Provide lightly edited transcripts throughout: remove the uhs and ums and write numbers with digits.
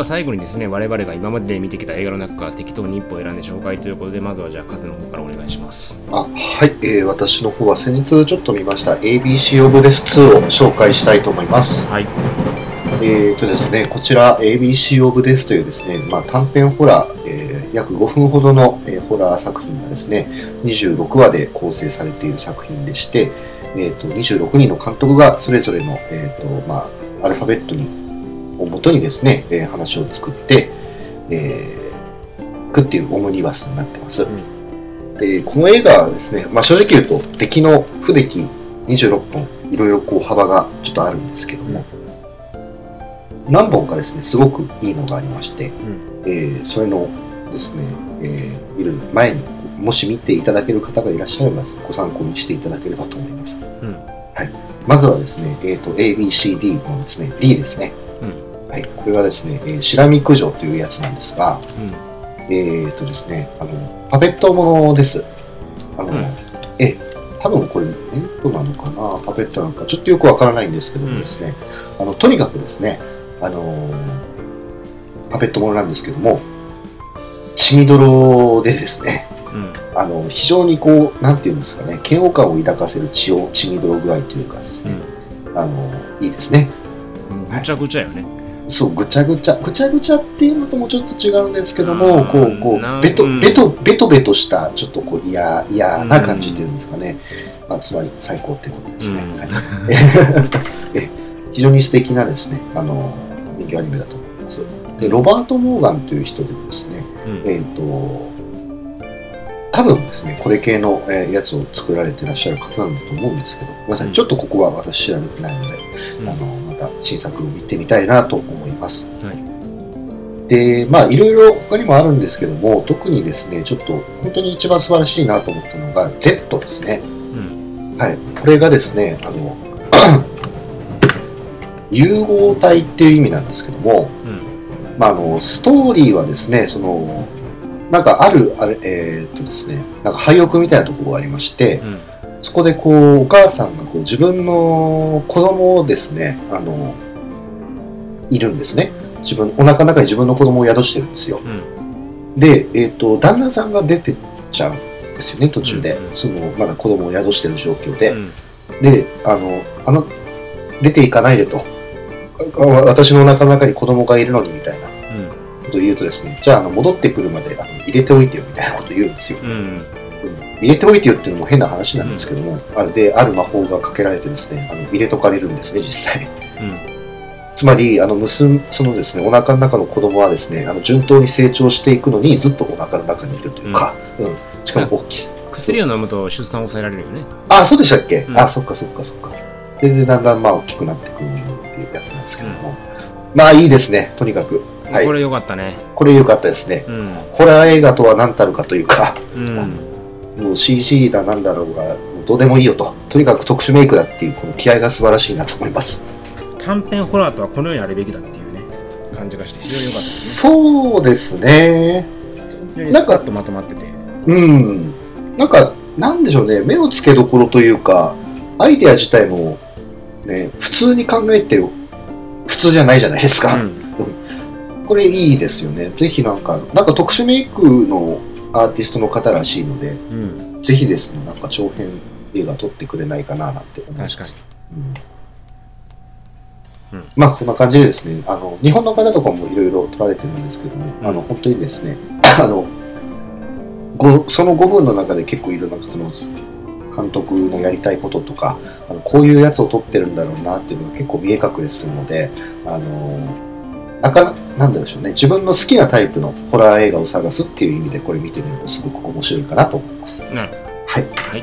は最後にですね、我々が今まで見てきた映画の中から適当に1本選んで紹介ということで、まずはじゃあカズの方からお願いします。 はい、私の方は先日ちょっと見ました ABC オブデス2を紹介したいと思います。 はい。 ですね、こちら ABC オブデスというですね、短編ホラー、約5分ほどの、ホラー作品がですね、26話で構成されている作品でして、26人の監督がそれぞれの、アルファベットをもとにですね、話を作って、いくっていうオムニバスになってます。でこの映画はですね、正直言うと出来の不出来26本いろいろこう幅がちょっとあるんですけども、何本かですねすごくいいのがありまして、それのですね、見る前にもし見ていただける方がいらっしゃればですね、ご参考にしていただければと思います。はい、まずはですね、ABCD のですね D ですね。はい、これはですね、シラミ駆除というやつなんですが、ですね、パペットものです。多分これネットなのかな、パペットなのかちょっとよくわからないんですけどもですね、とにかくですね、パペットものなんですけども、血みどろでですね、非常にこうなんていうんですかね、嫌悪感を抱かせる血みどろ具合というかですね、いいですね。 ぐちゃぐちゃよね。 そう、ぐちゃぐちゃっていうのともちょっと違うんですけども、こうベトベトしたちょっとこう嫌な感じっていうんですかね。つまり最高ってことですね。非常に素敵なですね、人気アニメだと思います。でロバート・モーガンという人でですね、多分ですね、これ系のやつを作られていらっしゃる方なんだと思うんですけど、ごめんなさい、ちょっとここは私調べてないので、また新作を見てみたいなと思います。で、いろいろ他にもあるんですけども、特にですね、ちょっと本当に一番素晴らしいなと思ったのが Z ですね。はい、これがですね、融合体っていう意味なんですけども、ストーリーはですね、なんかですね、なんか廃屋みたいなところがありまして、そこでこうお母さんがこう自分の子供をですね、いるんですね。お腹の中に自分の子供を宿してるんですよ。で、旦那さんが出てっちゃうんですよね、途中で。まだ子供を宿してる状況で。で、出ていかないでと。私のお腹の中に子供がいるのにみたいなことを言うとですね、じゃあ戻ってくるまで入れておいてよみたいなことを言うんですよ。入れておいてよっていうのも変な話なんですけども、ある魔法がかけられてですね、入れとかれるんですね、実際。つまりそのですね、お腹の中の子供はですね、順当に成長していくのにずっとお腹の中にいるというか、しかも大きい薬を飲むと出産を抑えられるよね。 そうでしたっけ。そっか。でだんだん大きくなってくるっていうやつなんですけども、いいですね、とにかく。 これ良かったね。 これ良かったですね。ホラー映画とは何たるかというか、もう CG だなんだろうがどうでもいいよと、とにかく特殊メイクだっていうこの気合が素晴らしいなと思います。 短編ホラーとはこのようにあるべきだっていうね感じがして非常に良かったですね。そうですね。 なんかまとまってて、 なんかなんでしょうね、目の付けどころというかアイデア自体もね、普通に考えて普通じゃないじゃないですか。これいいですよね。ぜひなんか特殊メイクのアーティストの方らしいので、ぜひですね、なんか長編映画撮ってくれないかななんて思います。 確かに。こんな感じでですね、日本の方とかもいろいろ撮られてるんですけども、本当にですね、その5分の中で結構いろんな監督のやりたいこととか、こういうやつを撮ってるんだろうなっていうのが結構見え隠れするので、なんでしょうね、自分の好きなタイプのホラー映画を探すっていう意味でこれ見てみるとすごく面白いかなと思います。 なるほど。はい。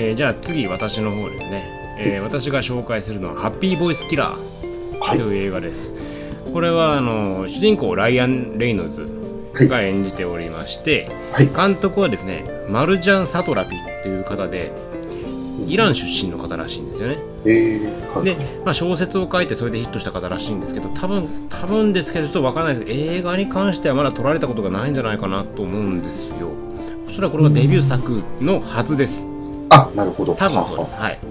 じゃあ次私の方ですね。私が紹介するのはハッピーボイスキラーという映画です。これは主人公ライアン・レイノルズが演じておりまして、監督はですねマルジャン・サトラピという方でイラン出身の方らしいんですよね。で、小説を書いてそれでヒットした方らしいんですけど、多分ですけどちょっと分からないですけど、映画に関してはまだ撮られたことがないんじゃないかなと思うんですよ。おそらくこれがデビュー作のはずです。 なるほど。 多分そうです。はい。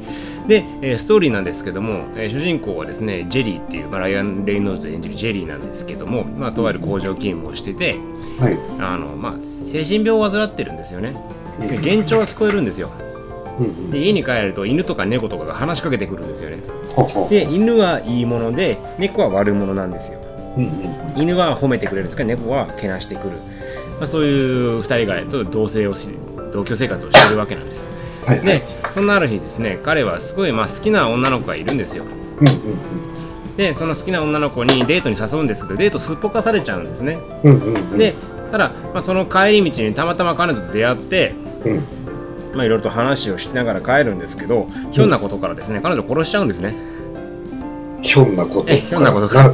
で、ストーリーなんですけども、主人公はですねジェリーっていう、ライアン・レイノーズ演じるジェリーなんですけども、とある工場勤務をしてて、はい、精神病を患ってるんですよね。で幻聴が聞こえるんですよ。で家に帰ると犬とか猫とかが話しかけてくるんですよね。で犬はいいもので猫は悪者なんですよ。犬は褒めてくれるんですけど猫はけなしてくる、そういう2人が同居生活をしてるわけなんです。はいはい、でそんなある日ですね、彼はすごい好きな女の子がいるんですよ。でその好きな女の子にデートに誘うんですけど、デートすっぽかされちゃうんですね。でただ、その帰り道にたまたま彼女と出会って、いろいろと話をしながら帰るんですけど、ひょんなことからですね、彼女を殺しちゃうんですね。 ひょんなことから、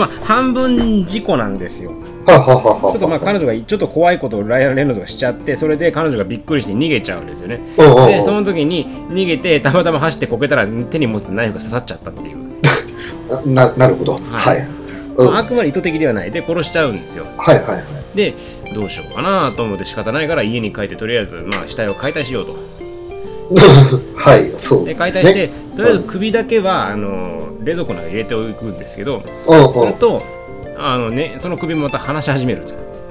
半分事故なんですよ。ちょっと彼女がちょっと怖いことをライアン・レノーズがしちゃって、それで彼女がびっくりして逃げちゃうんですよね。でその時に逃げてたまたま走ってこけたら手に持つナイフが刺さっちゃったっていうなるほど、はい、 あくまで意図的ではないで殺しちゃうんですよ。でどうしようかなと思って仕方ないから家に帰ってとりあえず死体を解体しようとはいそうで解体して、とりあえず首だけは冷蔵庫の中に入れておくんですけど、するとその首もまた話し始める。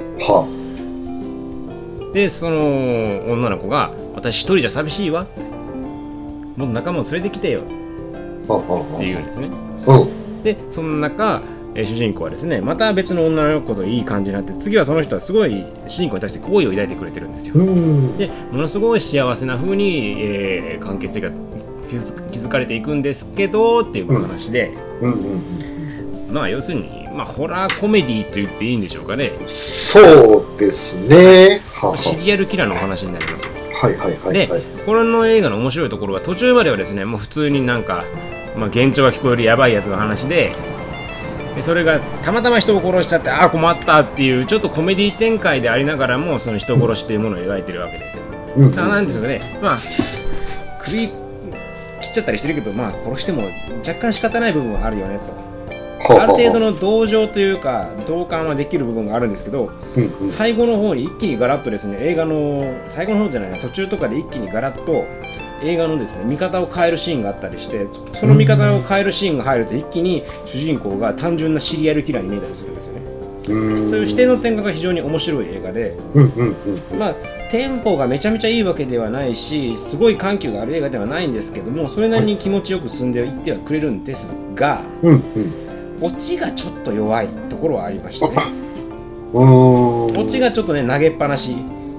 でその女の子が私一人じゃ寂しいわ、もっと仲間を連れてきてよって言うんですね。でその中主人公はですねまた別の女の子といい感じになって、次はその人はすごい主人公に対して好意を抱いてくれてるんですよ。でものすごい幸せな風に、関係性が築かれていくんですけどっていう話で、要するに、ホラーコメディと言っていいんでしょうかね。 そうですね。 シリアルキラーのお話になります。 でこれの映画の面白いところは途中まではですねもう普通になんか、幻聴が聞こえるやばいやつの話で、それがたまたま人を殺しちゃって困ったっていうちょっとコメディ展開でありながらも、その人殺しというものを描いてるわけですよ。だからなんですよね、首切っちゃったりしてるけど、殺しても若干仕方ない部分はあるよねと。ある程度の同情というか同感はできる部分があるんですけど、最後の方に一気にガラッとですね、映画の最後の方じゃないな、途中とかで一気にガラッと映画のですね見方を変えるシーンがあったりして、その見方を変えるシーンが入ると一気に主人公が単純なシリアルキラーに見えたりするんですよね。そういう視点の転換が非常に面白い映画で、テンポがめちゃめちゃいいわけではないし、すごい緩急がある映画ではないんですけども、それなりに気持ちよく進んでいってはくれるんですが、オチがちょっと弱いところはありましたね。オチがちょっとね投げっぱなし。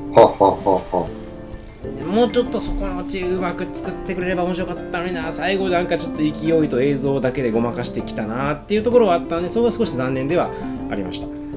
もうちょっとそこのオチうまく作ってくれれば面白かったのにな、最後なんかちょっと勢いと映像だけでごまかしてきたなっていうところはあったので、それは少し残念ではありました。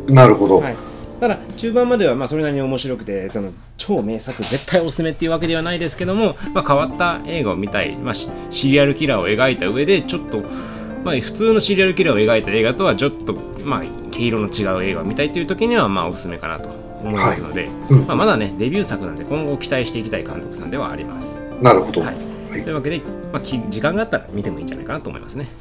なるほど。 ただ中盤まではそれなりに面白くて、その超名作絶対おすすめっていうわけではないですけども、変わった映画を見たい、シリアルキラーを描いた上でちょっと普通のシリアルキラーを描いた映画とはちょっと毛色の違う映画を見たいという時にはおすすめかなと思いますので、まだねデビュー作なんで今後期待していきたい監督さんではあります。 なるほど。 というわけで、時間があったら見てもいいんじゃないかなと思いますね。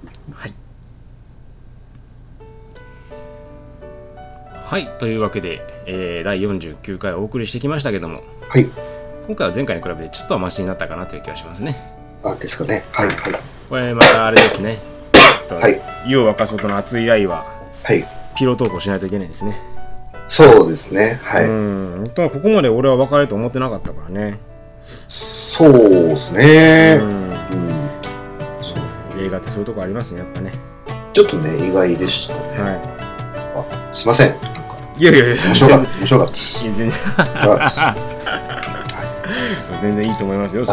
というわけで、第49回お送りしてきましたけども、今回は前回に比べてちょっとはマシになったかなという気がしますね。 ですかね。 これまたあれですね。湯を沸かすことの熱い愛は、ピロートークをしないといけないですね。 そうですね。 本当はここまで俺は別れると思ってなかったからね。 そうですね。 映画ってそういうとこありますね、やっぱね。 ちょっとね意外でしたね。すいません。 いや面白かったです。 全然いいと思いますよ。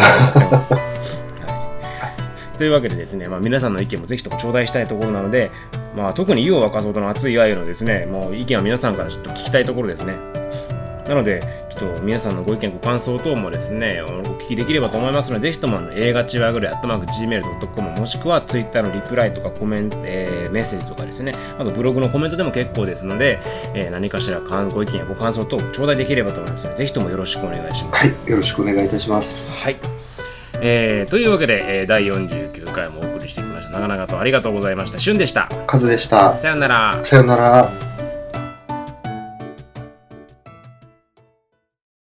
というわけでですね、皆さんの意見もぜひとも頂戴したいところなので、特に湯を沸かすほどの熱い愛のですね、もう意見は皆さんからちょっと聞きたいところですね。なのでちょっと皆さんのご意見ご感想等もですねお聞きできればと思いますので、ぜひとも映画ちわぐれ@gmail.com もしくは Twitter のリプライとかコメント、メッセージとかですね、あとブログのコメントでも結構ですので、何かしらご意見やご感想等頂戴できればと思いますので、ぜひともよろしくお願いします。 よろしくお願いいたします。 というわけで、第49回もお送りしてきました。長々とありがとうございました。しゅんでした。 カズでした。 さよなら。 さよなら。